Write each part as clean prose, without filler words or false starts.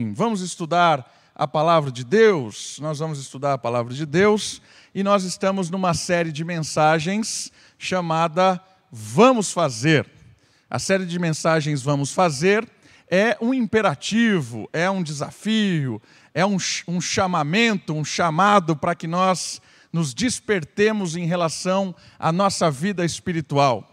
Vamos estudar a palavra de Deus, nós vamos estudar a palavra de Deus e nós estamos numa série de mensagens chamada Vamos Fazer. A série de mensagens Vamos Fazer é um imperativo, é um desafio, é um chamamento, um chamado para que nós nos despertemos em relação à nossa vida espiritual.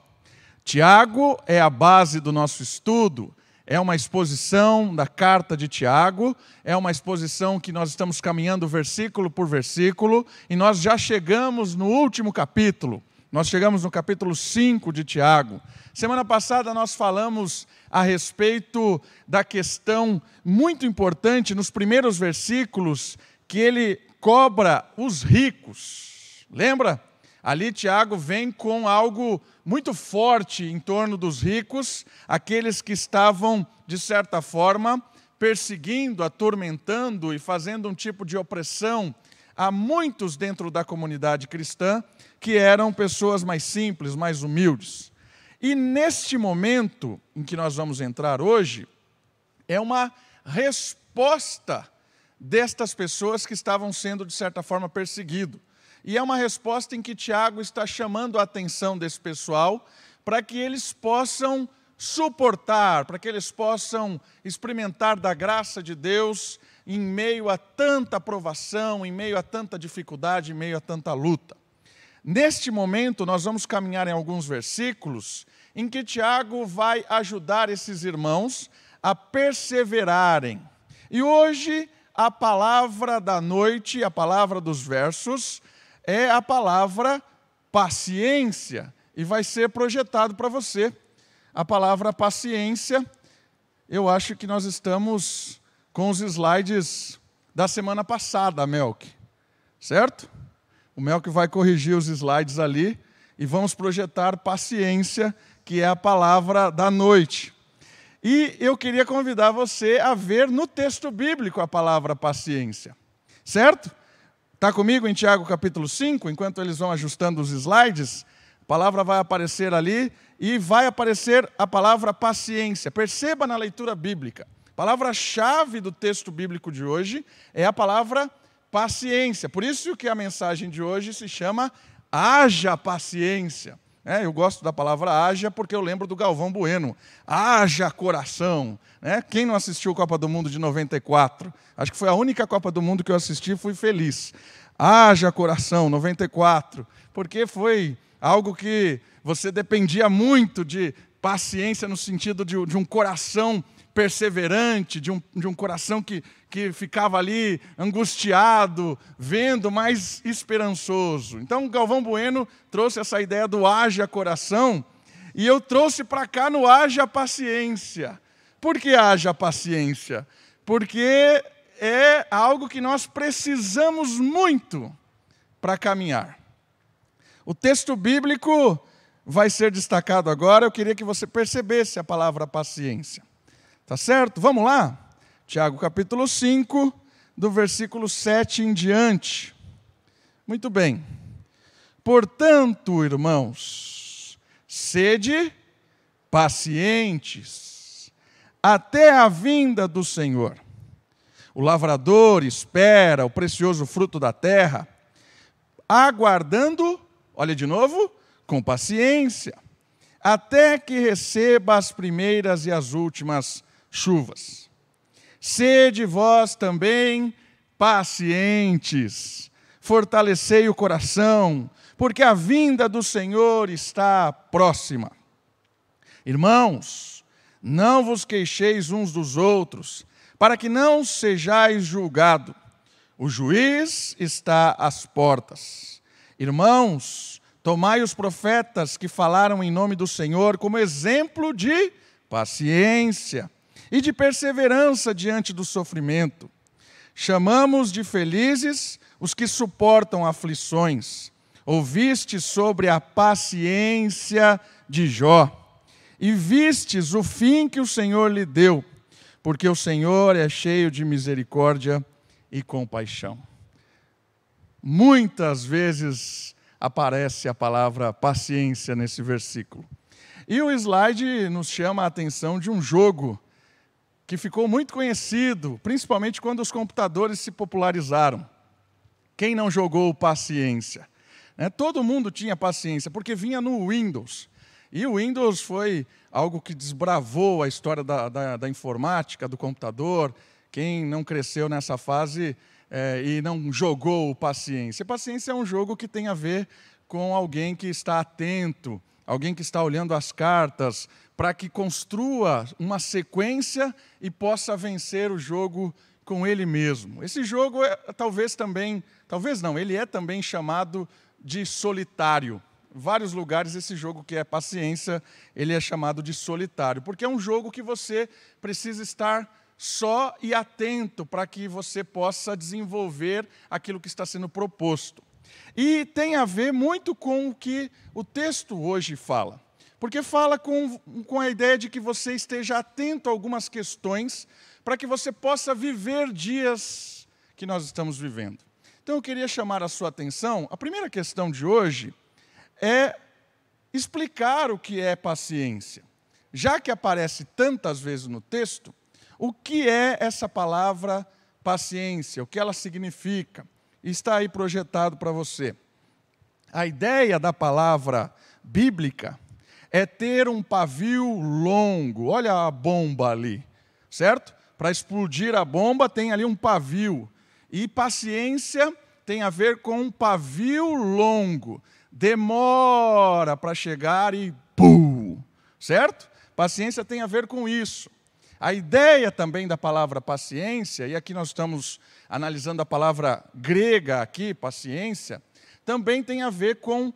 Tiago é a base do nosso estudo. É uma exposição da carta de Tiago, é uma exposição que nós estamos caminhando versículo por versículo, e nós já chegamos no último capítulo, nós chegamos no capítulo 5 de Tiago. Semana passada nós falamos a respeito da questão muito importante, nos primeiros versículos, que ele cobra os ricos. Lembra? Ali Tiago vem com algo muito forte em torno dos ricos, aqueles que estavam, de certa forma, perseguindo, atormentando e fazendo um tipo de opressão a muitos dentro da comunidade cristã, que eram pessoas mais simples, mais humildes. E neste momento em que nós vamos entrar hoje, é uma resposta destas pessoas que estavam sendo, de certa forma, perseguidos. E é uma resposta em que Tiago está chamando a atenção desse pessoal para que eles possam suportar, para que eles possam experimentar da graça de Deus em meio a tanta provação, em meio a tanta dificuldade, em meio a tanta luta. Neste momento, nós vamos caminhar em alguns versículos em que Tiago vai ajudar esses irmãos a perseverarem. E hoje, a palavra da noite, a palavra dos versos, é a palavra paciência, e vai ser projetado para você. A palavra paciência, eu acho que nós estamos com os slides da semana passada, Melk, certo? O Melk vai corrigir os slides ali, e vamos projetar paciência, que é a palavra da noite. E eu queria convidar você a ver no texto bíblico a palavra paciência, certo? Está comigo em Tiago capítulo 5? Enquanto eles vão ajustando os slides, a palavra vai aparecer ali e vai aparecer a palavra paciência. Perceba na leitura bíblica. A palavra-chave do texto bíblico de hoje é a palavra paciência. Por isso que a mensagem de hoje se chama Haja Paciência. Eu gosto da palavra haja porque eu lembro do Galvão Bueno. Haja coração. Quem não assistiu a Copa do Mundo de 94? Acho que foi a única Copa do Mundo que eu assisti e fui feliz. Haja coração, 94. Porque foi algo que você dependia muito de paciência no sentido de um coração perseverante, de um coração que ficava ali angustiado, vendo, mas esperançoso. Então, Galvão Bueno trouxe essa ideia do haja coração, e eu trouxe para cá no haja paciência. Por que haja paciência? Porque é algo que nós precisamos muito para caminhar. O texto bíblico vai ser destacado agora, eu queria que você percebesse a palavra paciência. Tá certo? Vamos lá? Tiago capítulo 5, do versículo 7 em diante. Muito bem. Portanto, irmãos, sede pacientes até a vinda do Senhor. O lavrador espera o precioso fruto da terra, aguardando, olha de novo, com paciência, até que receba as primeiras e as últimas chuvas. Sede vós também pacientes, fortalecei o coração, porque a vinda do Senhor está próxima. Irmãos, não vos queixeis uns dos outros, para que não sejais julgados. O juiz está às portas. Irmãos, tomai os profetas que falaram em nome do Senhor como exemplo de paciência e de perseverança diante do sofrimento. Chamamos de felizes os que suportam aflições. Ouviste sobre a paciência de Jó, e vistes o fim que o Senhor lhe deu, porque o Senhor é cheio de misericórdia e compaixão. Muitas vezes aparece a palavra paciência nesse versículo. E o slide nos chama a atenção de um jogo que ficou muito conhecido, principalmente quando os computadores se popularizaram. Quem não jogou Paciência? Todo mundo tinha Paciência, porque vinha no Windows. E o Windows foi algo que desbravou a história da informática, do computador. Quem não cresceu nessa fase e não jogou Paciência? Paciência é um jogo que tem a ver com alguém que está atento, alguém que está olhando as cartas, para que construa uma sequência e possa vencer o jogo com ele mesmo. Esse jogo ele é também chamado de solitário. Em vários lugares esse jogo que é Paciência, ele é chamado de solitário, porque é um jogo que você precisa estar só e atento para que você possa desenvolver aquilo que está sendo proposto. E tem a ver muito com o que o texto hoje fala. Porque fala com a ideia de que você esteja atento a algumas questões para que você possa viver dias que nós estamos vivendo. Então eu queria chamar a sua atenção. A primeira questão de hoje é explicar o que é paciência. Já que aparece tantas vezes no texto, o que é essa palavra paciência? O que ela significa? Está aí projetado para você. A ideia da palavra bíblica é ter um pavio longo. Olha a bomba ali, certo? Para explodir a bomba tem ali um pavio. E paciência tem a ver com um pavio longo. Demora para chegar e pum, certo? Paciência tem a ver com isso. A ideia também da palavra paciência, e aqui nós estamos analisando a palavra grega aqui, paciência, também tem a ver com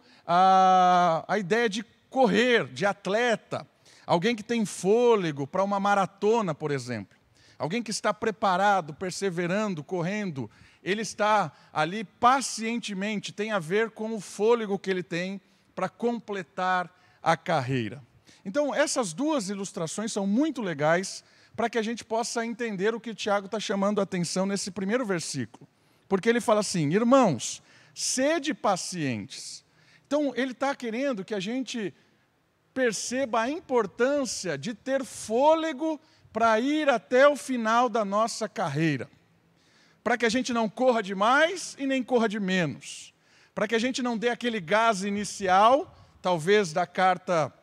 a ideia de correr, de atleta. Alguém que tem fôlego para uma maratona, por exemplo. Alguém que está preparado, perseverando, correndo. Ele está ali pacientemente, tem a ver com o fôlego que ele tem para completar a carreira. Então, essas duas ilustrações são muito legais para que a gente possa entender o que Tiago está chamando a atenção nesse primeiro versículo. Porque ele fala assim, irmãos, sede pacientes. Então, ele está querendo que a gente perceba a importância de ter fôlego para ir até o final da nossa carreira. Para que a gente não corra demais e nem corra de menos. Para que a gente não dê aquele gás inicial, talvez da carta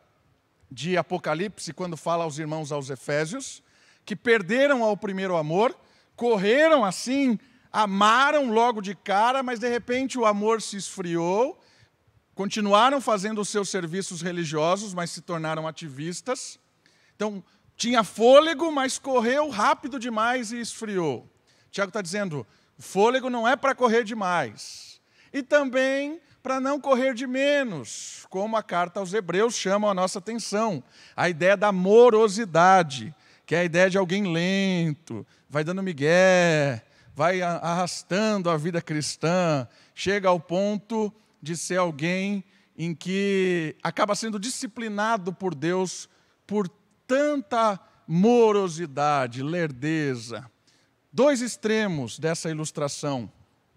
de Apocalipse, quando fala aos irmãos aos Efésios, que perderam ao primeiro amor, correram assim, amaram logo de cara, mas de repente o amor se esfriou, continuaram fazendo os seus serviços religiosos, mas se tornaram ativistas. Então, tinha fôlego, mas correu rápido demais e esfriou. Tiago está dizendo, o fôlego não é para correr demais. E também para não correr de menos, como a carta aos Hebreus chama a nossa atenção. A ideia da morosidade, que é a ideia de alguém lento, vai dando migué, vai arrastando a vida cristã, chega ao ponto de ser alguém em que acaba sendo disciplinado por Deus por tanta morosidade, lerdeza. Dois extremos dessa ilustração.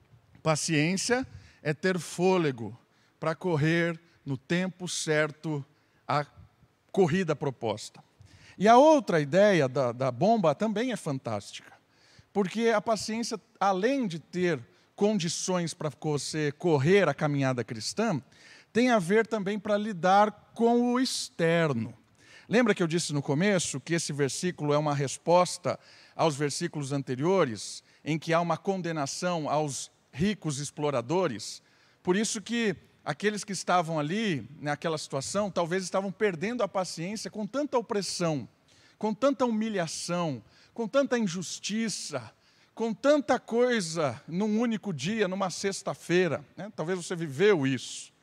Paciência é ter fôlego para correr no tempo certo a corrida proposta. E a outra ideia da bomba também é fantástica. Porque a paciência, além de ter condições para você correr a caminhada cristã, tem a ver também para lidar com o externo. Lembra que eu disse no começo que esse versículo é uma resposta aos versículos anteriores, em que há uma condenação aos ricos exploradores? Por isso que aqueles que estavam ali, naquela situação, talvez estavam perdendo a paciência com tanta opressão, com tanta humilhação, com tanta injustiça, com tanta coisa num único dia, numa sexta-feira. Talvez você viveu isso.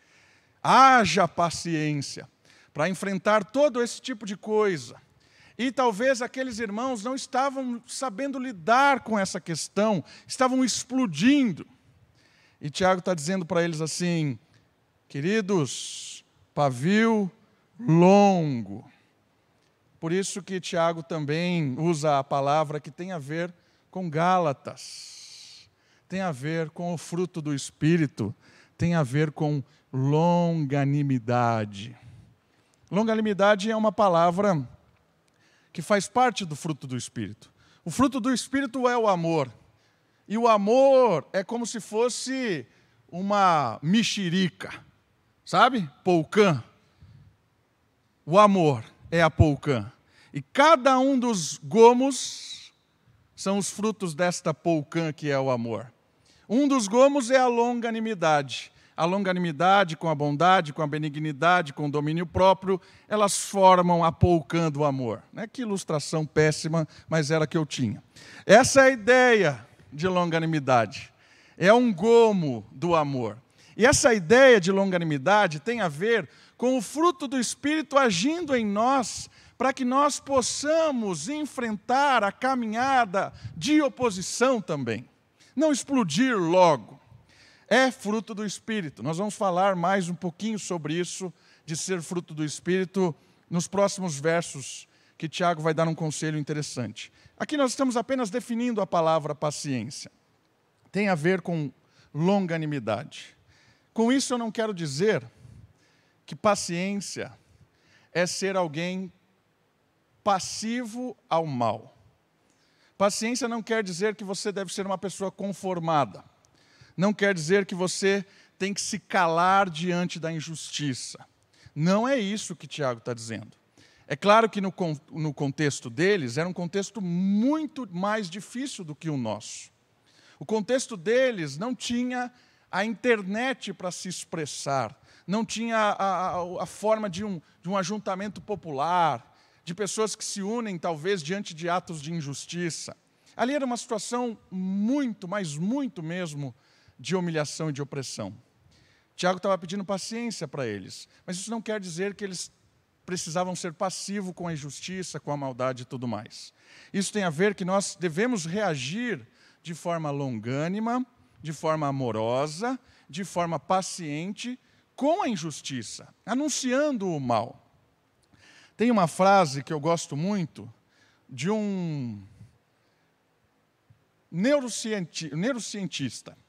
Haja paciência para enfrentar todo esse tipo de coisa. E talvez aqueles irmãos não estavam sabendo lidar com essa questão, estavam explodindo. E Tiago está dizendo para eles assim, queridos, pavio longo. Por isso que Tiago também usa a palavra que tem a ver com Gálatas, tem a ver com o fruto do Espírito, tem a ver com longanimidade. Longanimidade é uma palavra que faz parte do fruto do Espírito. O fruto do Espírito é o amor. E o amor é como se fosse uma mexerica, sabe? Polcã. O amor é a polcã. E cada um dos gomos são os frutos desta polcã que é o amor. Um dos gomos é a longanimidade. A longanimidade com a bondade, com a benignidade, com o domínio próprio, elas formam a polcã do amor. Que ilustração péssima, mas era a que eu tinha. Essa é a ideia de longanimidade. É um gomo do amor. E essa ideia de longanimidade tem a ver com o fruto do Espírito agindo em nós, para que nós possamos enfrentar a caminhada de oposição também. Não explodir logo. É fruto do Espírito. Nós vamos falar mais um pouquinho sobre isso, de ser fruto do Espírito, nos próximos versos, que Tiago vai dar um conselho interessante. Aqui nós estamos apenas definindo a palavra paciência. Tem a ver com longanimidade. Com isso eu não quero dizer que paciência é ser alguém passivo ao mal. Paciência não quer dizer que você deve ser uma pessoa conformada. Não quer dizer que você tem que se calar diante da injustiça. Não é isso que Tiago está dizendo. É claro que no contexto deles, era um contexto muito mais difícil do que o nosso. O contexto deles não tinha a internet para se expressar, não tinha a forma de um ajuntamento popular, de pessoas que se unem, talvez, diante de atos de injustiça. Ali era uma situação muito, mas muito mesmo, de humilhação e de opressão. Tiago estava pedindo paciência para eles, mas isso não quer dizer que eles precisavam ser passivos com a injustiça, com a maldade e tudo mais. Isso tem a ver que nós devemos reagir de forma longânima, de forma amorosa, de forma paciente, com a injustiça, anunciando o mal. Tem uma frase que eu gosto muito, de um neurocientista,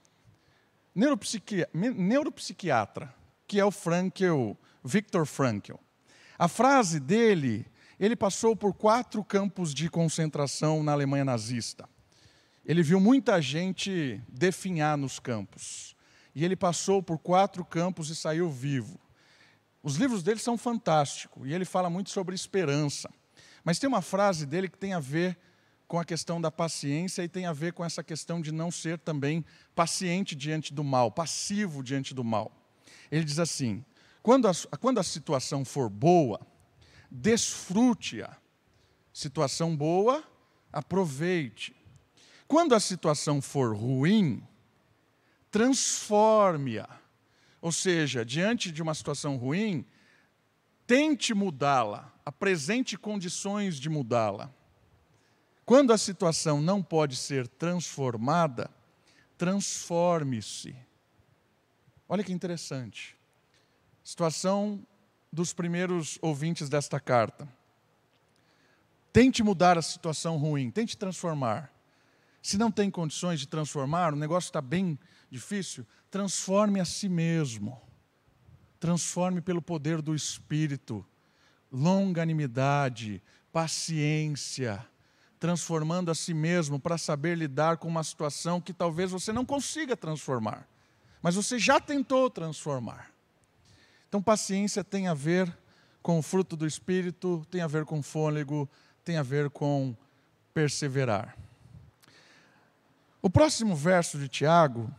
neuropsiquiatra, que é o Viktor Frankl. A frase dele, ele passou por 4 campos de concentração na Alemanha nazista. Ele viu muita gente definhar nos campos. E ele passou por 4 campos e saiu vivo. Os livros dele são fantásticos, e ele fala muito sobre esperança. Mas tem uma frase dele que tem a ver com a questão da paciência e tem a ver com essa questão de não ser também paciente diante do mal, passivo diante do mal. Ele diz assim: quando a situação for boa, desfrute-a. Situação boa, aproveite. Quando a situação for ruim, transforme-a. Ou seja, diante de uma situação ruim, tente mudá-la, apresente condições de mudá-la. Quando a situação não pode ser transformada, transforme-se. Olha que interessante. Situação dos primeiros ouvintes desta carta. Tente mudar a situação ruim, tente transformar. Se não tem condições de transformar, o negócio está bem difícil, transforme a si mesmo. Transforme pelo poder do Espírito. Longanimidade, paciência, transformando a si mesmo para saber lidar com uma situação que talvez você não consiga transformar, mas você já tentou transformar. Então, paciência tem a ver com o fruto do Espírito, tem a ver com fôlego, tem a ver com perseverar. O próximo verso de Tiago,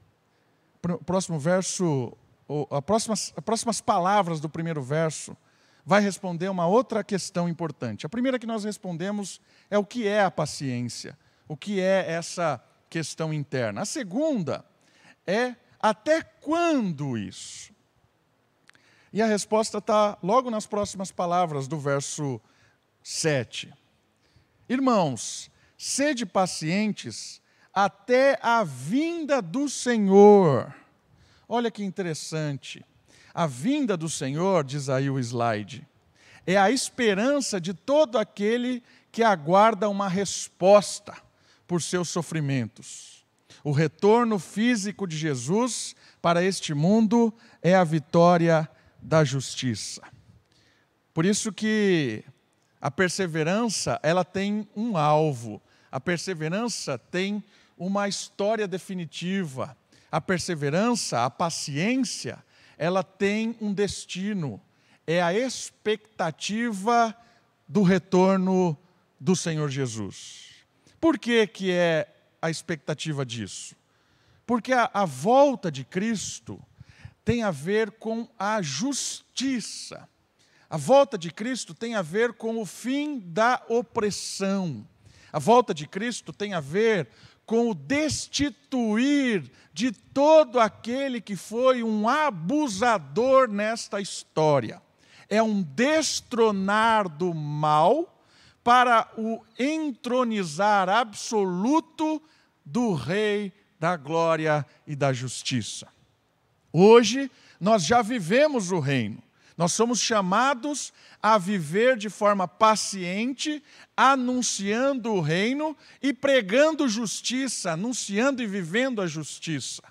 as próximas palavras do primeiro verso, vai responder uma outra questão importante. A primeira que nós respondemos é o que é a paciência, o que é essa questão interna. A segunda é até quando isso? E a resposta está logo nas próximas palavras do verso 7. Irmãos, sede pacientes até a vinda do Senhor. Olha que interessante. A vinda do Senhor, diz aí o slide, é a esperança de todo aquele que aguarda uma resposta por seus sofrimentos. O retorno físico de Jesus para este mundo é a vitória da justiça. Por isso que A perseverança, ela tem um alvo. A perseverança tem uma história definitiva. A perseverança, a paciência, ela tem um destino. É a expectativa do retorno do Senhor Jesus. Por que que é a expectativa disso? Porque a volta de Cristo tem a ver com a justiça. A volta de Cristo tem a ver com o fim da opressão. A volta de Cristo tem a ver com o destituir de todo aquele que foi um abusador nesta história. É um destronar do mal para o entronizar absoluto do Rei da glória e da justiça. Hoje, nós já vivemos o reino. Nós somos chamados a viver de forma paciente, anunciando o reino e pregando justiça, anunciando e vivendo a justiça.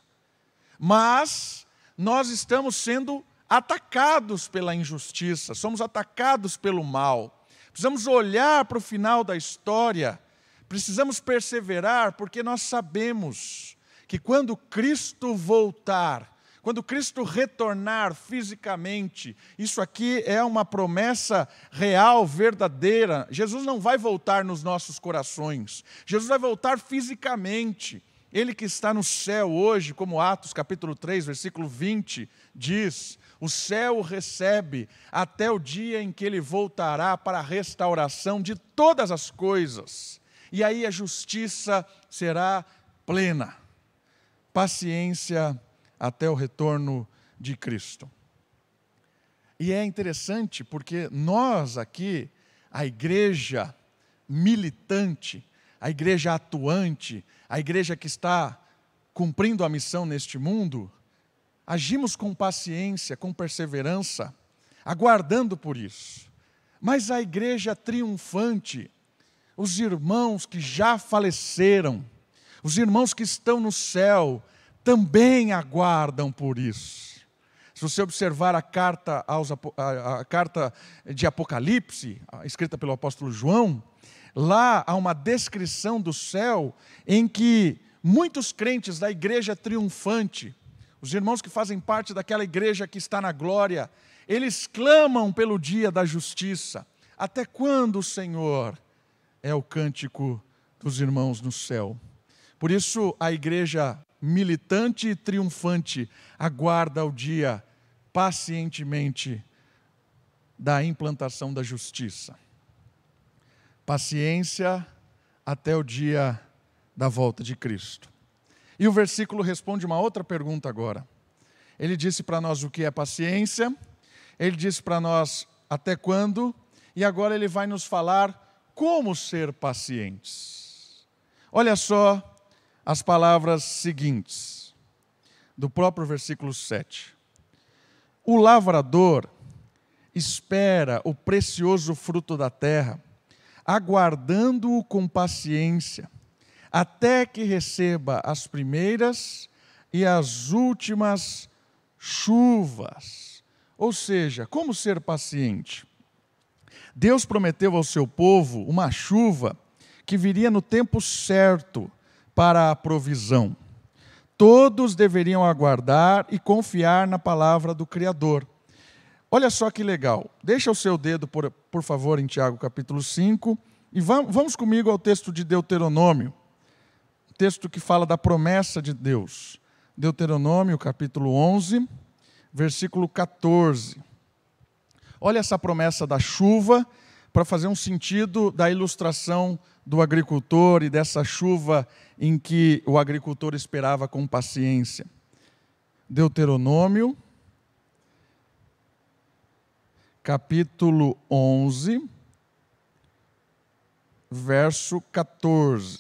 Mas nós estamos sendo atacados pela injustiça, somos atacados pelo mal. Precisamos olhar para o final da história, precisamos perseverar, porque nós sabemos que quando Cristo voltar, quando Cristo retornar fisicamente, isso aqui é uma promessa real, verdadeira. Jesus não vai voltar nos nossos corações. Jesus vai voltar fisicamente. Ele que está no céu hoje, como Atos capítulo 3, versículo 20, diz: o céu o recebe até o dia em que ele voltará para a restauração de todas as coisas. E aí a justiça será plena. Paciência até o retorno de Cristo. E é interessante porque nós aqui, a igreja militante, a igreja atuante, a igreja que está cumprindo a missão neste mundo, agimos com paciência, com perseverança, aguardando por isso. Mas a igreja triunfante, os irmãos que já faleceram, os irmãos que estão no céu, também aguardam por isso. Se você observar a carta de Apocalipse, escrita pelo apóstolo João, lá há uma descrição do céu em que muitos crentes da igreja triunfante, os irmãos que fazem parte daquela igreja que está na glória, eles clamam pelo dia da justiça. Até quando, Senhor? É o cântico dos irmãos no céu. Por isso, a igreja militante e triunfante aguarda o dia pacientemente da implantação da justiça. Paciência até o dia da volta de Cristo. E o versículo responde uma outra pergunta agora. Ele disse para nós o que é paciência, ele disse para nós até quando, e agora ele vai nos falar como ser pacientes. Olha só as palavras seguintes, do próprio versículo 7. O lavrador espera o precioso fruto da terra, aguardando-o com paciência, até que receba as primeiras e as últimas chuvas. Ou seja, como ser paciente? Deus prometeu ao seu povo uma chuva que viria no tempo certo para a provisão. Todos deveriam aguardar e confiar na palavra do Criador. Olha só que legal. Deixa o seu dedo, por favor, em Tiago capítulo 5, e vamos comigo ao texto de Deuteronômio, texto que fala da promessa de Deus. Deuteronômio capítulo 11, versículo 14. Olha essa promessa da chuva, para fazer um sentido da ilustração do agricultor e dessa chuva em que o agricultor esperava com paciência. Deuteronômio, capítulo 11, verso 14.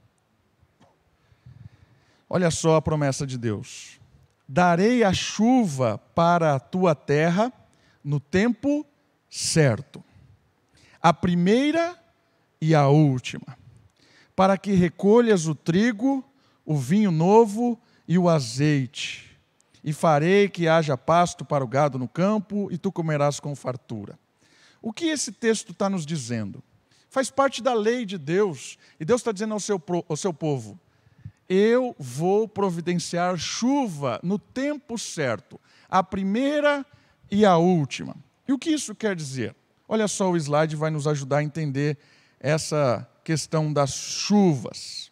Olha só a promessa de Deus. Darei a chuva para a tua terra no tempo certo, a primeira e a última, para que recolhas o trigo, o vinho novo e o azeite. E farei que haja pasto para o gado no campo, e tu comerás com fartura. O que esse texto está nos dizendo? Faz parte da lei de Deus. E Deus está dizendo ao seu povo: eu vou providenciar chuva no tempo certo, a primeira e a última. E o que isso quer dizer? Olha só, o slide vai nos ajudar a entender essa questão das chuvas.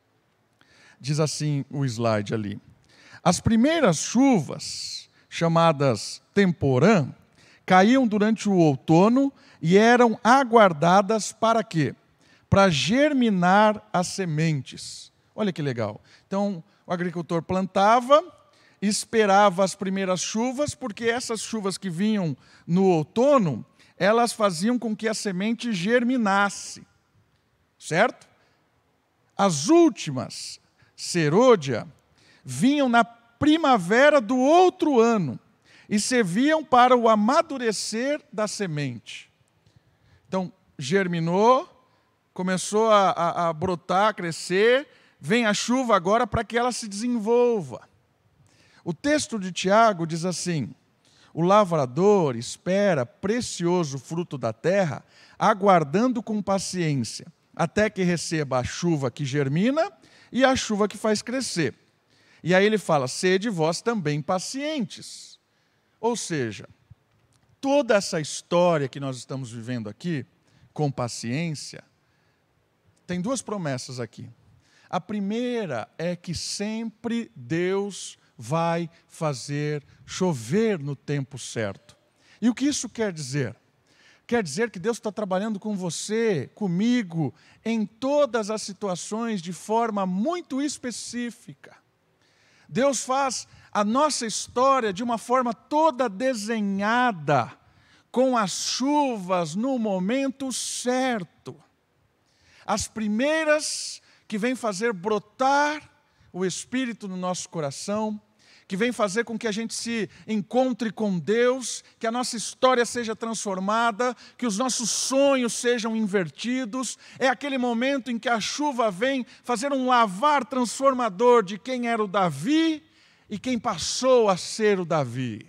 Diz assim o slide ali: as primeiras chuvas, chamadas temporã, caíam durante o outono e eram aguardadas para quê? Para germinar as sementes. Olha que legal. Então, o agricultor plantava, esperava as primeiras chuvas, porque essas chuvas que vinham no outono, elas faziam com que a semente germinasse. Certo? As últimas, serôdia, vinham na primavera do outro ano e serviam para o amadurecer da semente. Então, germinou, começou a brotar, a crescer, vem a chuva agora para que ela se desenvolva. O texto de Tiago diz assim: o lavrador espera precioso fruto da terra, aguardando com paciência, até que receba a chuva que germina e a chuva que faz crescer. E aí ele fala: sede vós também pacientes. Ou seja, toda essa história que nós estamos vivendo aqui, com paciência, tem duas promessas aqui. A primeira é que sempre Deus vai fazer chover no tempo certo. E o que isso quer dizer? Quer dizer que Deus está trabalhando com você, comigo, em todas as situações de forma muito específica. Deus faz a nossa história de uma forma toda desenhada, com as chuvas no momento certo. As primeiras que vêm fazer brotar o Espírito no nosso coração, que vem fazer com que a gente se encontre com Deus, que a nossa história seja transformada, que os nossos sonhos sejam invertidos. É aquele momento em que a chuva vem fazer um lavar transformador de quem era o Davi e quem passou a ser o Davi.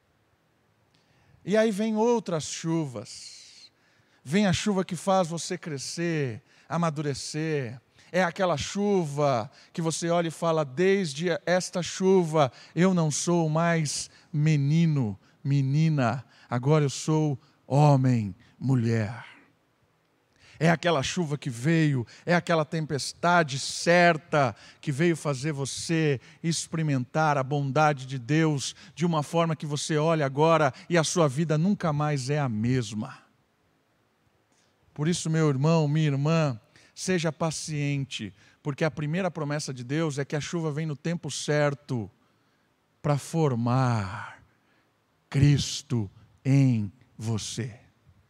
E aí vem outras chuvas. Vem a chuva que faz você crescer, amadurecer. É aquela chuva que você olha e fala: desde esta chuva eu não sou mais menino, menina, agora eu sou homem, mulher. É aquela chuva que veio, é aquela tempestade certa que veio fazer você experimentar a bondade de Deus de uma forma que você olha agora e a sua vida nunca mais é a mesma. Por isso, meu irmão, minha irmã, seja paciente, porque a primeira promessa de Deus é que a chuva vem no tempo certo para formar Cristo em você.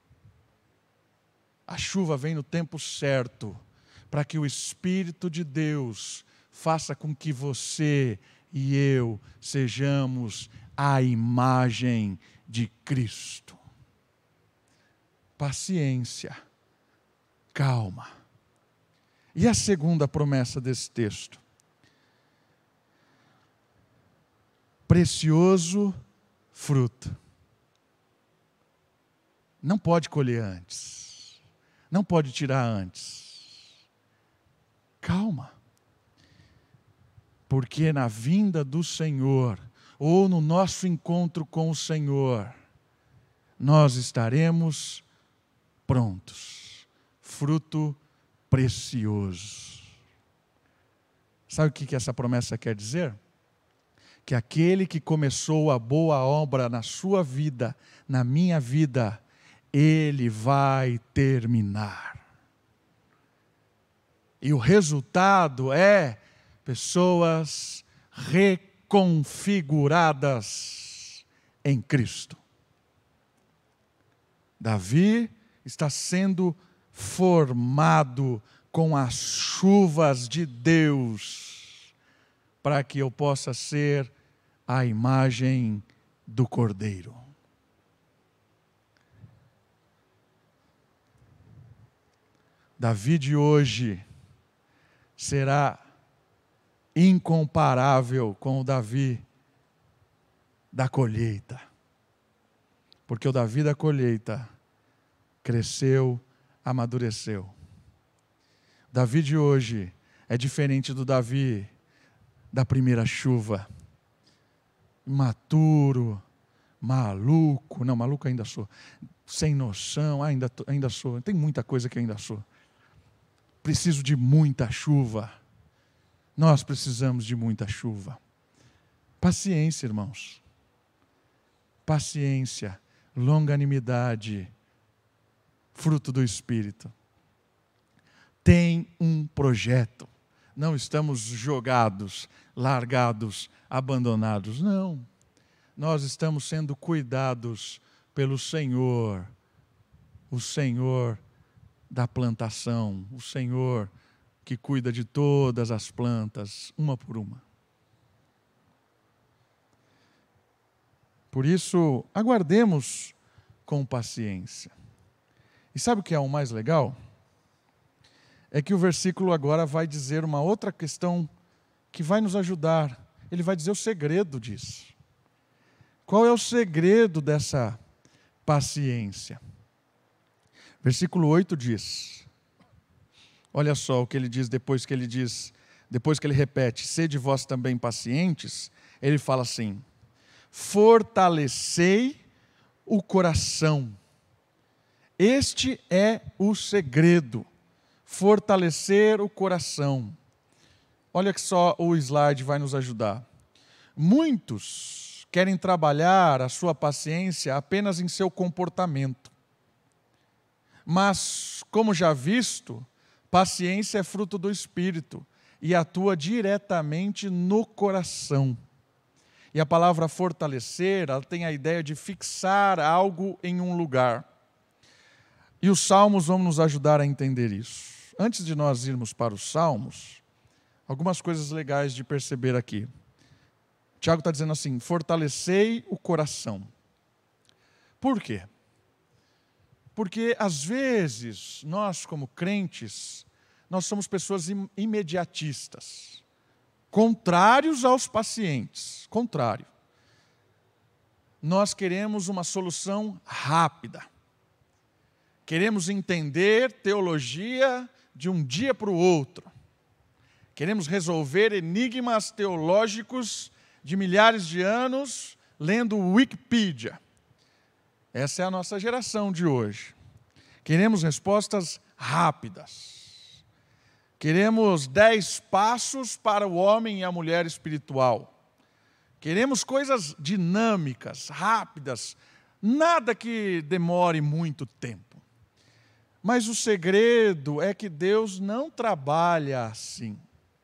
A chuva vem no tempo certo para que o Espírito de Deus faça com que você e eu sejamos a imagem de Cristo. Paciência, calma. E a segunda promessa desse texto? Precioso fruto. Não pode colher antes. Não pode tirar antes. Calma. Porque na vinda do Senhor, ou no nosso encontro com o Senhor, nós estaremos prontos. Fruto precioso. Sabe o que essa promessa quer dizer? Que aquele que começou a boa obra na sua vida, na minha vida, ele vai terminar. E o resultado é pessoas reconfiguradas em Cristo. Davi está sendo formado com as chuvas de Deus, para que eu possa ser a imagem do Cordeiro. Davi de hoje será incomparável com o Davi da colheita, porque o Davi da colheita cresceu, amadureceu. Davi de hoje é diferente do Davi da primeira chuva. Imaturo, maluco. Não, maluco ainda sou. Sem noção, ainda sou. Tem muita coisa que ainda sou. Preciso de muita chuva. Nós precisamos de muita chuva. Paciência, irmãos. Paciência, longanimidade, fruto do Espírito. Tem um projeto. Não estamos jogados, largados, abandonados. Não. Nós estamos sendo cuidados pelo Senhor. O Senhor da plantação. O Senhor que cuida de todas as plantas, uma por uma. Por isso, aguardemos com paciência. E sabe o que é o mais legal? É que o versículo agora vai dizer uma outra questão que vai nos ajudar. Ele vai dizer o segredo disso. Qual é o segredo dessa paciência? Versículo 8 diz, olha só o que ele diz depois que ele repete, sede vós também pacientes, ele fala assim, fortalecei o coração. Este é o segredo, fortalecer o coração. Olha que só o slide vai nos ajudar. Muitos querem trabalhar a sua paciência apenas em seu comportamento. Mas, como já visto, paciência é fruto do Espírito e atua diretamente no coração. E a palavra fortalecer, ela tem a ideia de fixar algo em um lugar. E os salmos vão nos ajudar a entender isso. Antes de nós irmos para os salmos, algumas coisas legais de perceber aqui. Tiago está dizendo assim, fortalecei o coração. Por quê? Porque, às vezes, nós como crentes, nós somos pessoas imediatistas. Contrários aos pacientes. Contrário. Nós queremos uma solução rápida. Queremos entender teologia de um dia para o outro. Queremos resolver enigmas teológicos de milhares de anos lendo Wikipedia. Essa é a nossa geração de hoje. Queremos respostas rápidas. Queremos 10 passos para o homem e a mulher espiritual. Queremos coisas dinâmicas, rápidas, nada que demore muito tempo. Mas o segredo é que Deus não trabalha assim.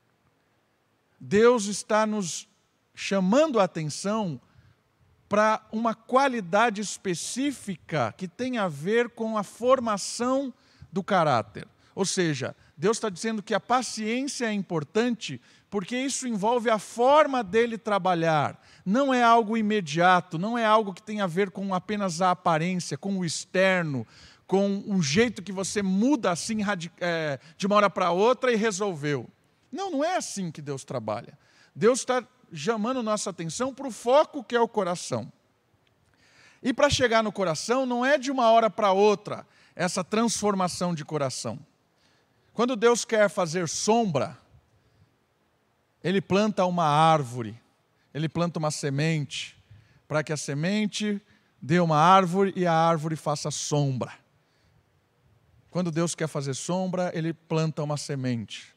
Deus está nos chamando a atenção para uma qualidade específica que tem a ver com a formação do caráter. Ou seja, Deus está dizendo que a paciência é importante porque isso envolve a forma dele trabalhar. Não é algo imediato, não é algo que tem a ver com apenas a aparência, com o externo, com um jeito que você muda assim de uma hora para outra e resolveu. Não, não é assim que Deus trabalha. Deus está chamando nossa atenção para o foco que é o coração. E para chegar no coração não é de uma hora para outra essa transformação de coração. Quando Deus quer fazer sombra, Ele planta uma árvore, Ele planta uma semente, para que a semente dê uma árvore e a árvore faça sombra. Quando Deus quer fazer sombra, Ele planta uma semente.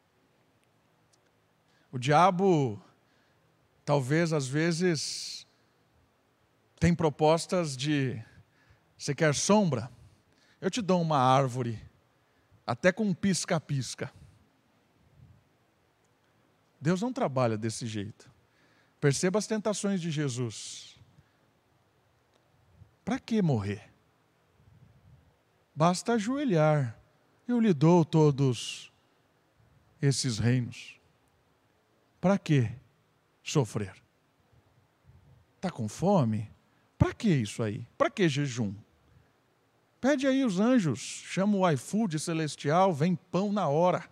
O diabo, talvez, às vezes, tem propostas de, você quer sombra? Eu te dou uma árvore, até com um pisca-pisca. Deus não trabalha desse jeito. Perceba as tentações de Jesus. Para que morrer? Basta ajoelhar. Eu lhe dou todos esses reinos. Para que sofrer? Está com fome? Para que isso aí? Para que jejum? Pede aí os anjos, chama o iFood celestial, vem pão na hora.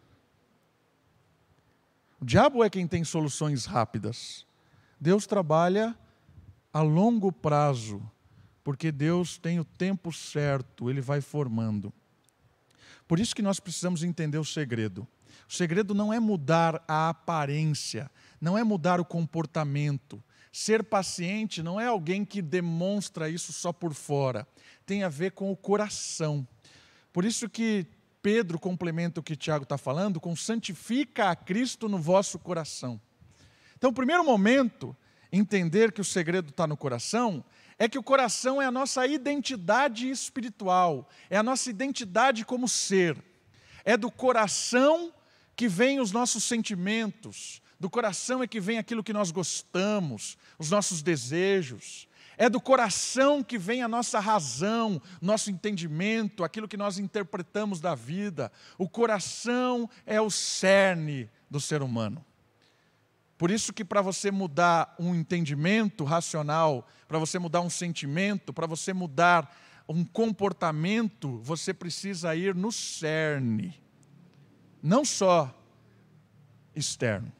O diabo é quem tem soluções rápidas. Deus trabalha a longo prazo, porque Deus tem o tempo certo, Ele vai formando. Por isso que nós precisamos entender o segredo. O segredo não é mudar a aparência, não é mudar o comportamento. Ser paciente não é alguém que demonstra isso só por fora, tem a ver com o coração. Por isso que Pedro complementa o que Tiago está falando com santifica a Cristo no vosso coração. Então, o primeiro momento, entender que o segredo está no coração, é que o coração é a nossa identidade espiritual, é a nossa identidade como ser. É do coração que vem os nossos sentimentos, do coração é que vem aquilo que nós gostamos, os nossos desejos. É do coração que vem a nossa razão, nosso entendimento, aquilo que nós interpretamos da vida. O coração é o cerne do ser humano. Por isso que para você mudar um entendimento racional, para você mudar um sentimento, para você mudar um comportamento, você precisa ir no cerne, não só externo.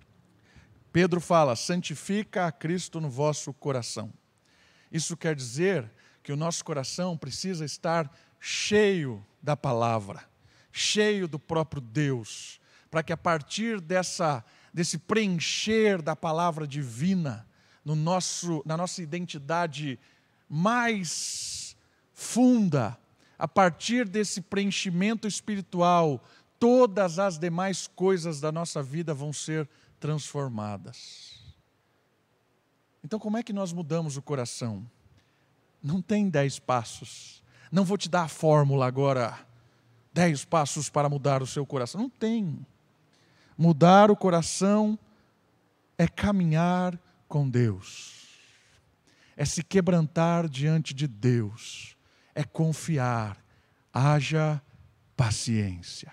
Pedro fala, santifica a Cristo no vosso coração. Isso quer dizer que o nosso coração precisa estar cheio da palavra, cheio do próprio Deus, para que a partir desse preencher da palavra divina, na nossa identidade mais funda, a partir desse preenchimento espiritual, todas as demais coisas da nossa vida vão ser transformadas. Então, como é que nós mudamos o coração? Não tem 10 passos. Não vou te dar a fórmula agora, 10 passos para mudar o seu coração. Não tem. Mudar o coração é caminhar com Deus. É se quebrantar diante de Deus. É confiar. Haja paciência.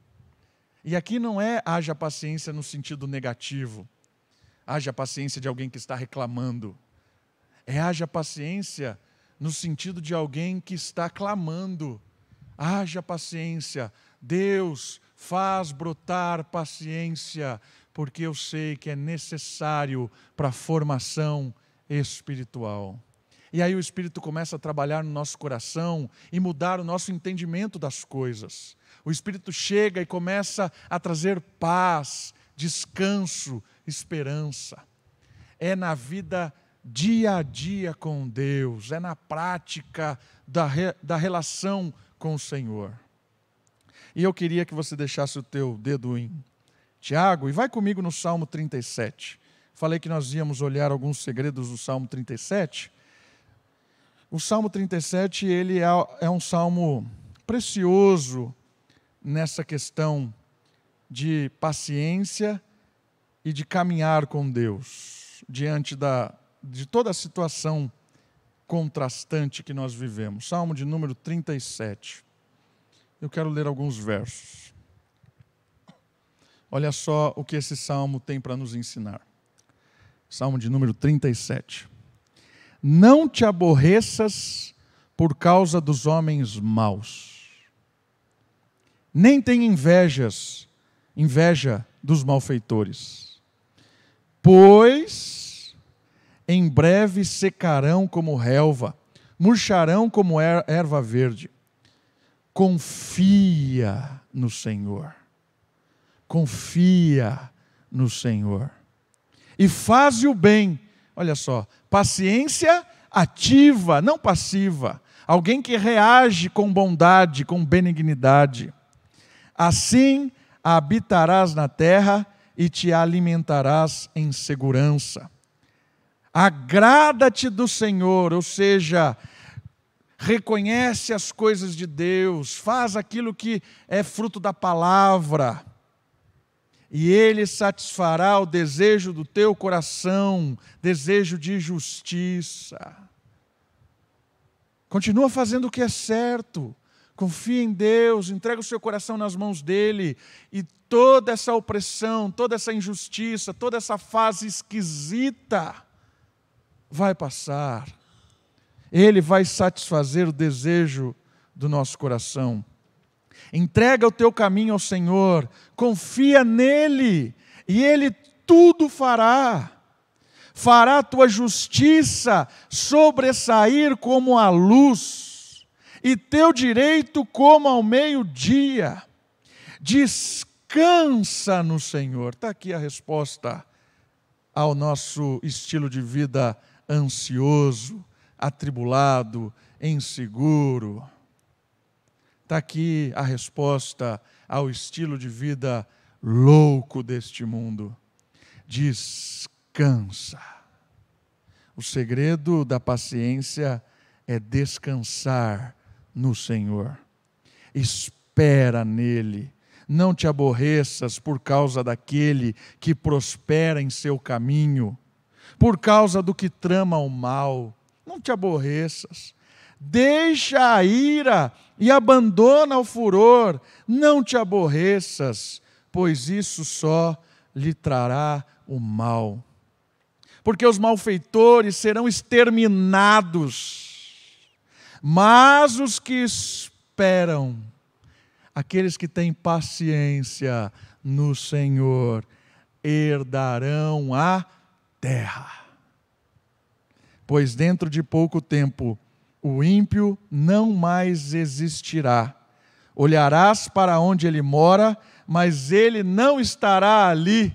E aqui não é haja paciência no sentido negativo. Haja paciência de alguém que está reclamando. É haja paciência no sentido de alguém que está clamando. Haja paciência. Deus, faz brotar paciência, porque eu sei que é necessário para a formação espiritual. E aí o Espírito começa a trabalhar no nosso coração e mudar o nosso entendimento das coisas. O Espírito chega e começa a trazer paz, descanso, esperança. É na vida dia a dia com Deus, é na prática da relação com o Senhor. E eu queria que você deixasse o teu dedo em Tiago e vai comigo no Salmo 37. Falei que nós íamos olhar alguns segredos do Salmo 37. O Salmo 37, ele é um salmo precioso nessa questão de paciência e de caminhar com Deus, diante de toda a situação contrastante que nós vivemos. Salmo de número 37. Eu quero ler alguns versos. Olha só o que esse salmo tem para nos ensinar. Salmo de número 37. Não te aborreças por causa dos homens maus, nem tenha inveja dos malfeitores, pois em breve secarão como relva, murcharão como erva verde. Confia no Senhor. Confia no Senhor. E faz o bem. Olha só, paciência ativa, não passiva. Alguém que reage com bondade, com benignidade. Assim habitarás na terra e te alimentarás em segurança. Agrada-te do Senhor, ou seja, reconhece as coisas de Deus, faz aquilo que é fruto da palavra, e Ele satisfará o desejo do teu coração, desejo de justiça. Continua fazendo o que é certo, confia em Deus, entrega o seu coração nas mãos dEle, e toda essa opressão, toda essa injustiça, toda essa fase esquisita vai passar. Ele vai satisfazer o desejo do nosso coração. Entrega o teu caminho ao Senhor, confia nele, e Ele tudo fará. fará a tua justiça sobressair como a luz, e teu direito como ao meio-dia. Descansa no Senhor. Está aqui a resposta ao nosso estilo de vida ansioso, atribulado, inseguro. Está aqui a resposta ao estilo de vida louco deste mundo. Descansa. O segredo da paciência é descansar no Senhor. Espera nele. Não te aborreças por causa daquele que prospera em seu caminho, por causa do que trama o mal. Não te aborreças. Deixa a ira e abandona o furor. Não te aborreças, pois isso só lhe trará o mal. Porque os malfeitores serão exterminados, mas os que esperam, aqueles que têm paciência no Senhor, herdarão a terra. Pois dentro de pouco tempo o ímpio não mais existirá. Olharás para onde ele mora, mas ele não estará ali.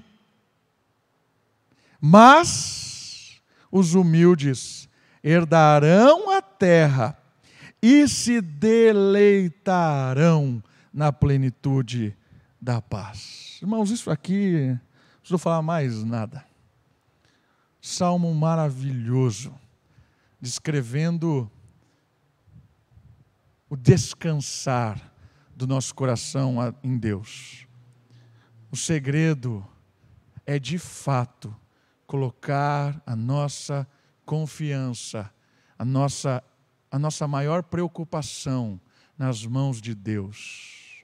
Mas os humildes herdarão a terra e se deleitarão na plenitude da paz. Irmãos, isso aqui, não preciso falar mais nada. Salmo maravilhoso, descrevendo o descansar do nosso coração em Deus. O segredo é, de fato, colocar a nossa confiança, a nossa maior preocupação nas mãos de Deus.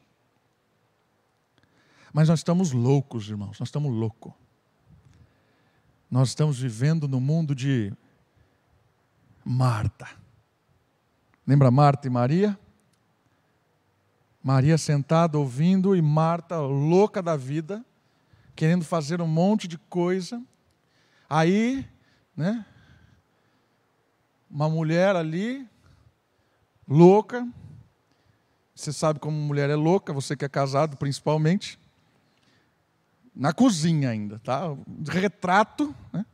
Mas nós estamos loucos, irmãos, nós estamos loucos. Nós estamos vivendo no mundo de Marta. Lembra Marta e Maria? Maria sentada ouvindo e Marta louca da vida, querendo fazer um monte de coisa. Aí, uma mulher ali, louca. Você sabe como mulher é louca, você que é casado principalmente. Na cozinha ainda, tá? Retrato, né?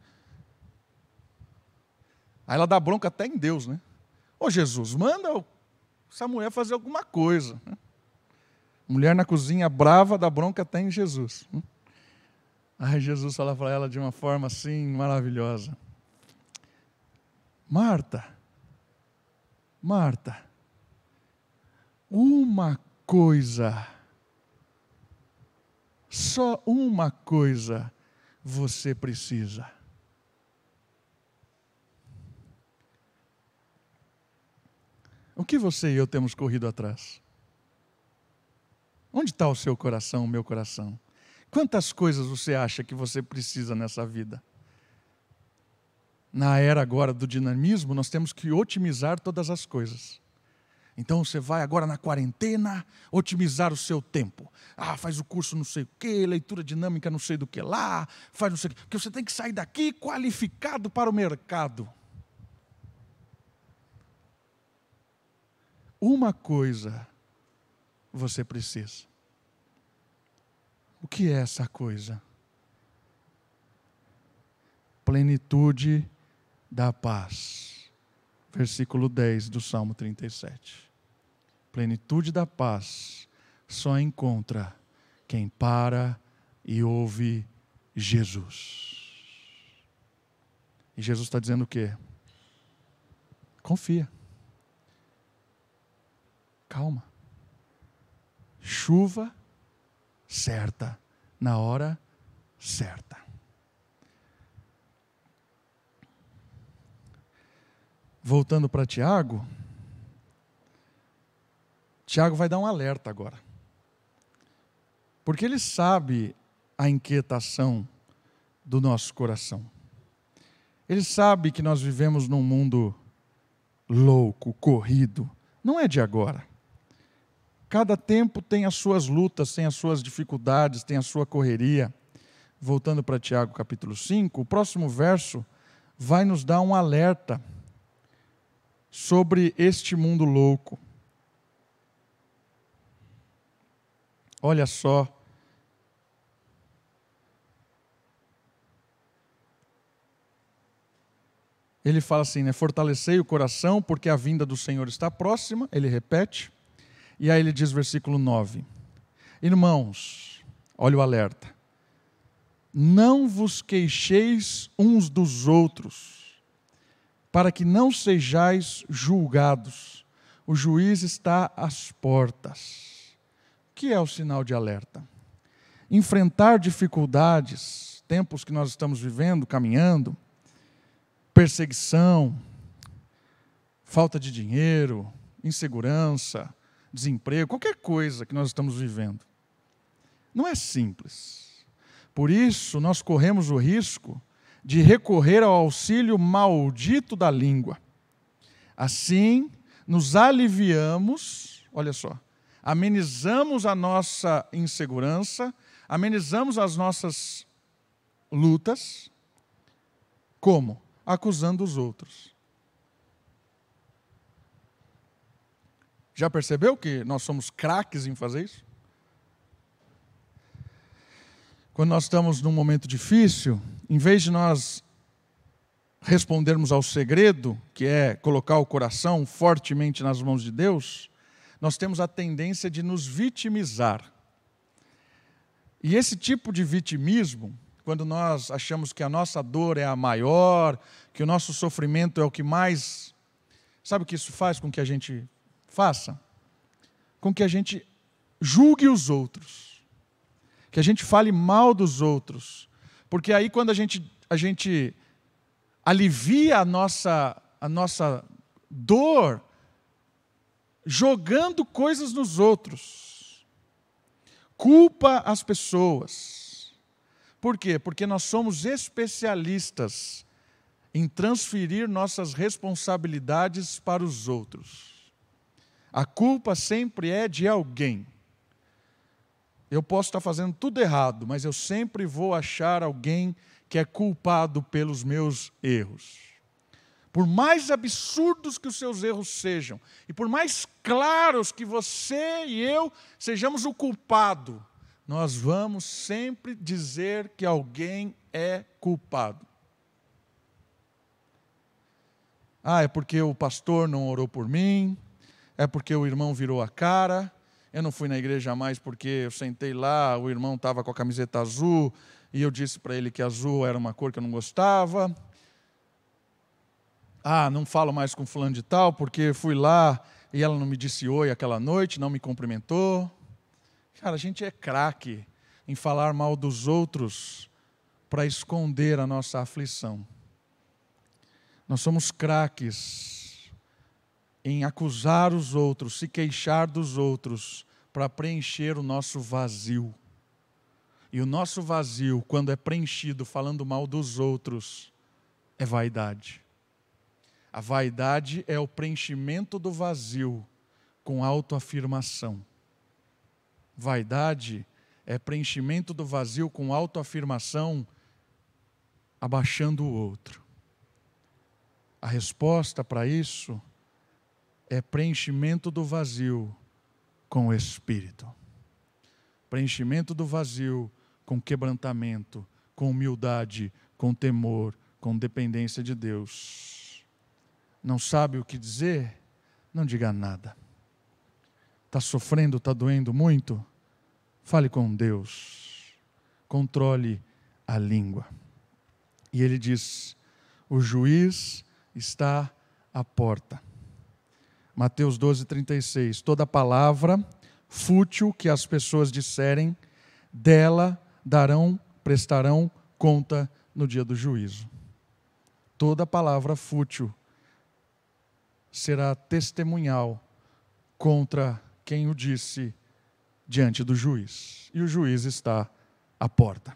Aí ela dá bronca até em Deus, né? Ô Jesus, manda essa mulher fazer alguma coisa. Mulher na cozinha brava, dá bronca até em Jesus. Aí Jesus fala para ela de uma forma assim maravilhosa. Marta, Marta, uma coisa, só uma coisa você precisa. O que você e eu temos corrido atrás? Onde está o seu coração, o meu coração? Quantas coisas você acha que você precisa nessa vida? Na era agora do dinamismo, nós temos que otimizar todas as coisas. Então você vai agora na quarentena otimizar o seu tempo. Faz o curso não sei o quê, leitura dinâmica não sei do que lá, faz não sei o quê. Porque você tem que sair daqui qualificado para o mercado. Uma coisa você precisa. O que é essa coisa? Plenitude da paz. Versículo 10 do Salmo 37. Plenitude da paz só encontra quem para e ouve Jesus. E Jesus está dizendo o quê? Confia. Calma. Chuva certa, na hora certa. Voltando para Tiago, Tiago vai dar um alerta agora. Porque ele sabe a inquietação do nosso coração. Ele sabe que nós vivemos num mundo louco, corrido. Não é de agora. Cada tempo tem as suas lutas, tem as suas dificuldades, tem a sua correria. voltando para Tiago capítulo 5, o próximo verso vai nos dar um alerta sobre este mundo louco. Olha só. Ele fala assim, né? Fortalecei o coração, porque a vinda do Senhor está próxima. Ele repete. E aí ele diz, versículo 9. Irmãos, olha o alerta. Não vos queixeis uns dos outros, para que não sejais julgados. O juiz está às portas. O que é o sinal de alerta? Enfrentar dificuldades, tempos que nós estamos vivendo, caminhando, perseguição, falta de dinheiro, insegurança, desemprego, qualquer coisa que nós estamos vivendo. Não é simples. Por isso, nós corremos o risco de recorrer ao auxílio maldito da língua. Assim, nos aliviamos, olha só, amenizamos a nossa insegurança, amenizamos as nossas lutas. Como? Acusando os outros. Já percebeu que nós somos craques em fazer isso? Quando nós estamos num momento difícil, em vez de nós respondermos ao segredo, que é colocar o coração fortemente nas mãos de Deus, nós temos a tendência de nos vitimizar. E esse tipo de vitimismo, quando nós achamos que a nossa dor é a maior, que o nosso sofrimento é o que mais... Sabe o que isso faz com que a gente faça? Com que a gente julgue os outros. Que a gente fale mal dos outros. Porque aí quando a gente alivia a nossa dor, jogando coisas nos outros. Culpa as pessoas. Por quê? Porque nós somos especialistas em transferir nossas responsabilidades para os outros. A culpa sempre é de alguém. Eu posso estar fazendo tudo errado, mas eu sempre vou achar alguém que é culpado pelos meus erros. Por mais absurdos que os seus erros sejam, e por mais claros que você e eu sejamos o culpado, nós vamos sempre dizer que alguém é culpado. Ah, é porque o pastor não orou por mim, é porque o irmão virou a cara, eu não fui na igreja mais porque eu sentei lá, o irmão estava com a camiseta azul, e eu disse para ele que azul era uma cor que eu não gostava. Ah, não falo mais com fulano de tal, porque fui lá e ela não me disse oi aquela noite, não me cumprimentou. Cara, a gente é craque em falar mal dos outros para esconder a nossa aflição. Nós somos craques em acusar os outros, se queixar dos outros, para preencher o nosso vazio. E o nosso vazio, quando é preenchido falando mal dos outros, é vaidade. A vaidade é o preenchimento do vazio com autoafirmação. Vaidade é preenchimento do vazio com autoafirmação, abaixando o outro. A resposta para isso é preenchimento do vazio com o Espírito. Preenchimento do vazio com quebrantamento, com humildade, com temor, com dependência de Deus. Não sabe o que dizer? Não diga nada. Está sofrendo, está doendo muito? Fale com Deus. Controle a língua. E ele diz, o juiz está à porta. Mateus 12:36. Toda palavra fútil que as pessoas disserem, dela prestarão conta no dia do juízo. Toda palavra fútil será testemunhal contra quem o disse diante do juiz. E o juiz está à porta.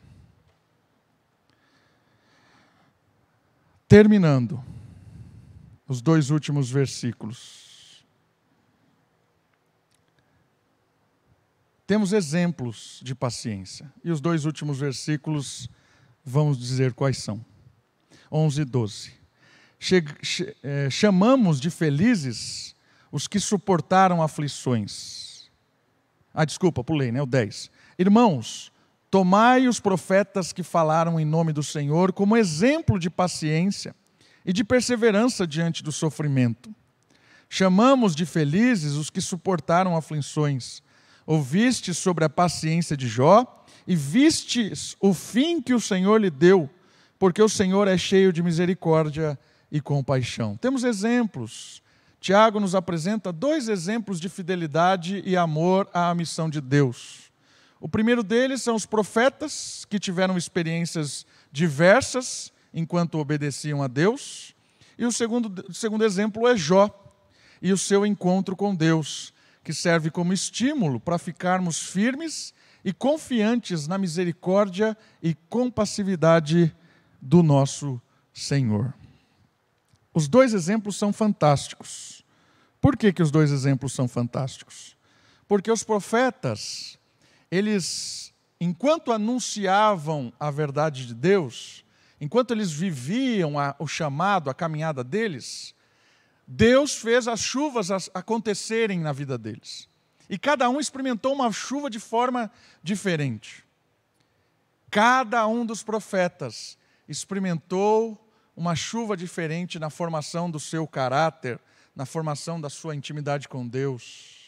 Terminando, os 2 últimos versículos. temos exemplos de paciência. E os 2 últimos versículos vamos dizer quais são. 11 e 12. Chamamos de felizes os que suportaram aflições. Pulei, o 10. Irmãos, tomai os profetas que falaram em nome do Senhor como exemplo de paciência e de perseverança diante do sofrimento. Chamamos de felizes os que suportaram aflições. Ouvistes sobre a paciência de Jó e vistes o fim que o Senhor lhe deu, porque o Senhor é cheio de misericórdia e compaixão. Temos exemplos. Tiago nos apresenta 2 exemplos de fidelidade e amor à missão de Deus. O primeiro deles são os profetas, que tiveram experiências diversas enquanto obedeciam a Deus. E o segundo exemplo é Jó e o seu encontro com Deus, que serve como estímulo para ficarmos firmes e confiantes na misericórdia e compassividade do nosso Senhor. Os 2 exemplos são fantásticos. Por que os 2 exemplos são fantásticos? Porque os profetas, eles, enquanto anunciavam a verdade de Deus, enquanto eles viviam o chamado, a caminhada deles, Deus fez as chuvas acontecerem na vida deles. E cada um experimentou uma chuva de forma diferente. Cada um dos profetas experimentou uma chuva diferente na formação do seu caráter, na formação da sua intimidade com Deus.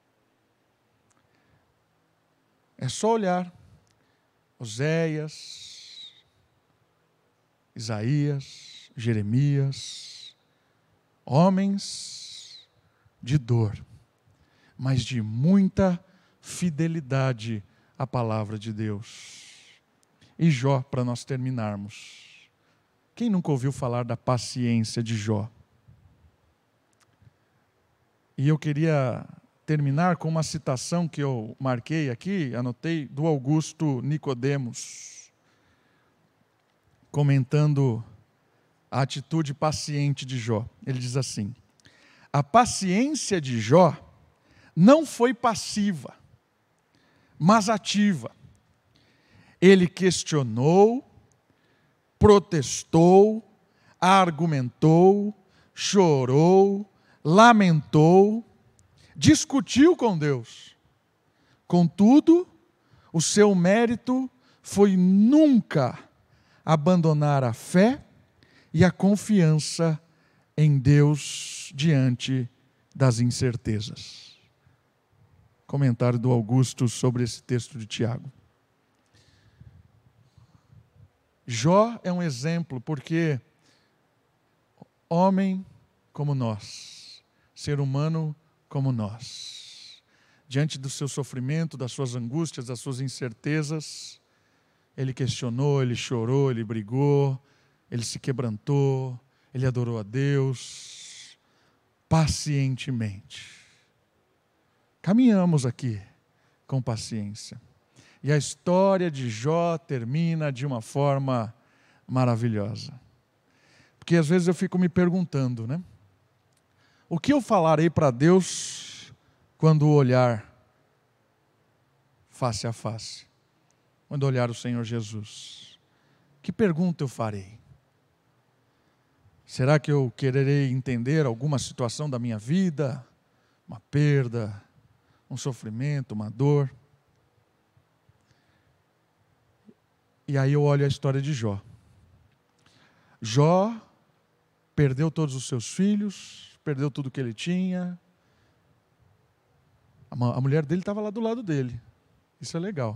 É só olhar Oséias, Isaías, Jeremias, homens de dor, mas de muita fidelidade à palavra de Deus. E Jó, para nós terminarmos. Quem nunca ouviu falar da paciência de Jó? E eu queria terminar com uma citação que eu marquei aqui, anotei, do Augusto Nicodemos, comentando a atitude paciente de Jó. Ele diz assim: a paciência de Jó não foi passiva, mas ativa. Ele questionou, protestou, argumentou, chorou, lamentou, discutiu com Deus. Contudo, o seu mérito foi nunca abandonar a fé e a confiança em Deus diante das incertezas. Comentário do Augusto sobre esse texto de Tiago. Jó é um exemplo porque homem como nós, ser humano como nós, diante do seu sofrimento, das suas angústias, das suas incertezas, ele questionou, ele chorou, ele brigou, ele se quebrantou, ele adorou a Deus, pacientemente. Caminhamos aqui com paciência. E a história de Jó termina de uma forma maravilhosa. Porque às vezes eu fico me perguntando, né? O que eu falarei para Deus quando olhar face a face? Quando olhar o Senhor Jesus? Que pergunta eu farei? Será que eu quererei entender alguma situação da minha vida? Uma perda, um sofrimento, uma dor? E aí eu olho a história de Jó. Jó perdeu todos os seus filhos, perdeu tudo que ele tinha. A mulher dele estava lá do lado dele. Isso é legal.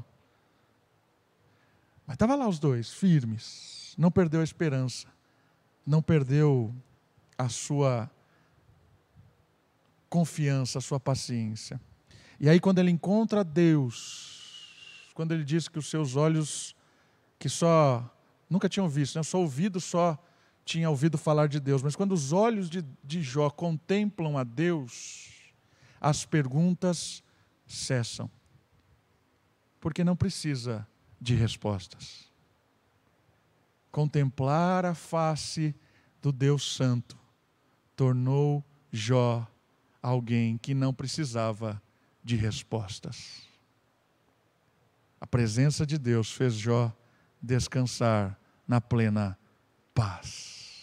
Mas estava lá os dois, firmes. Não perdeu a esperança. Não perdeu a sua confiança, a sua paciência. E aí quando ele encontra Deus, quando ele diz que os seus olhos, que nunca tinham visto, né? Só ouvido, só tinha ouvido falar de Deus. Mas quando os olhos de Jó contemplam a Deus, as perguntas cessam. Porque não precisa de respostas. Contemplar a face do Deus Santo tornou Jó alguém que não precisava de respostas. A presença de Deus fez Jó descansar na plena paz.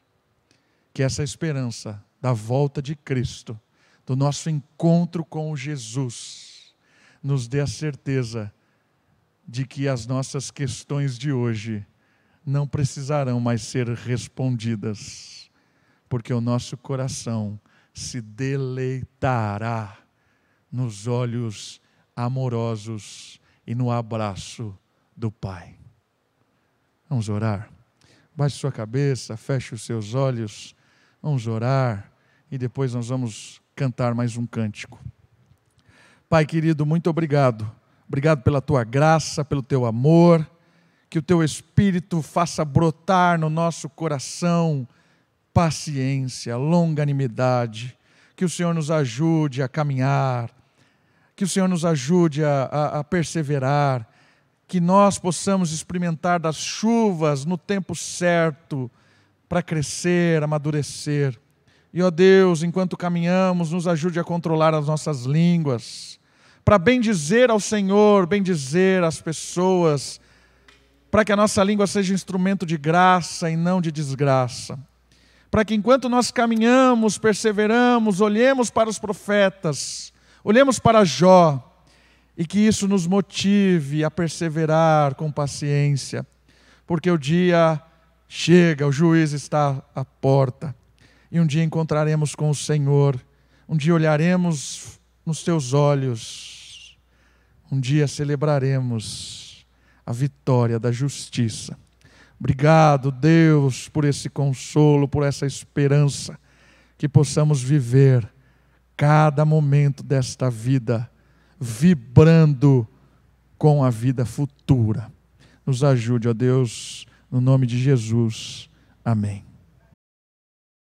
Que essa esperança da volta de Cristo, do nosso encontro com Jesus, nos dê a certeza de que as nossas questões de hoje não precisarão mais ser respondidas, porque o nosso coração se deleitará nos olhos amorosos e no abraço do Pai. Vamos orar? Baixe sua cabeça, feche os seus olhos, vamos orar e depois nós vamos cantar mais um cântico. Pai querido, muito obrigado. Obrigado pela tua graça, pelo teu amor, que o teu Espírito faça brotar no nosso coração paciência, longanimidade, que o Senhor nos ajude a caminhar, que o Senhor nos ajude a perseverar, que nós possamos experimentar das chuvas no tempo certo, para crescer, amadurecer. E, ó Deus, enquanto caminhamos, nos ajude a controlar as nossas línguas, para bendizer ao Senhor, bendizer as pessoas, para que a nossa língua seja instrumento de graça e não de desgraça. Para que enquanto nós caminhamos, perseveramos, olhemos para os profetas, olhemos para Jó, e que isso nos motive a perseverar com paciência, porque o dia chega, o juiz está à porta, e um dia encontraremos com o Senhor, um dia olharemos nos teus olhos, um dia celebraremos a vitória da justiça. Obrigado, Deus, por esse consolo, por essa esperança, que possamos viver cada momento desta vida, vibrando com a vida futura. Nos ajude, ó Deus, no nome de Jesus. Amém.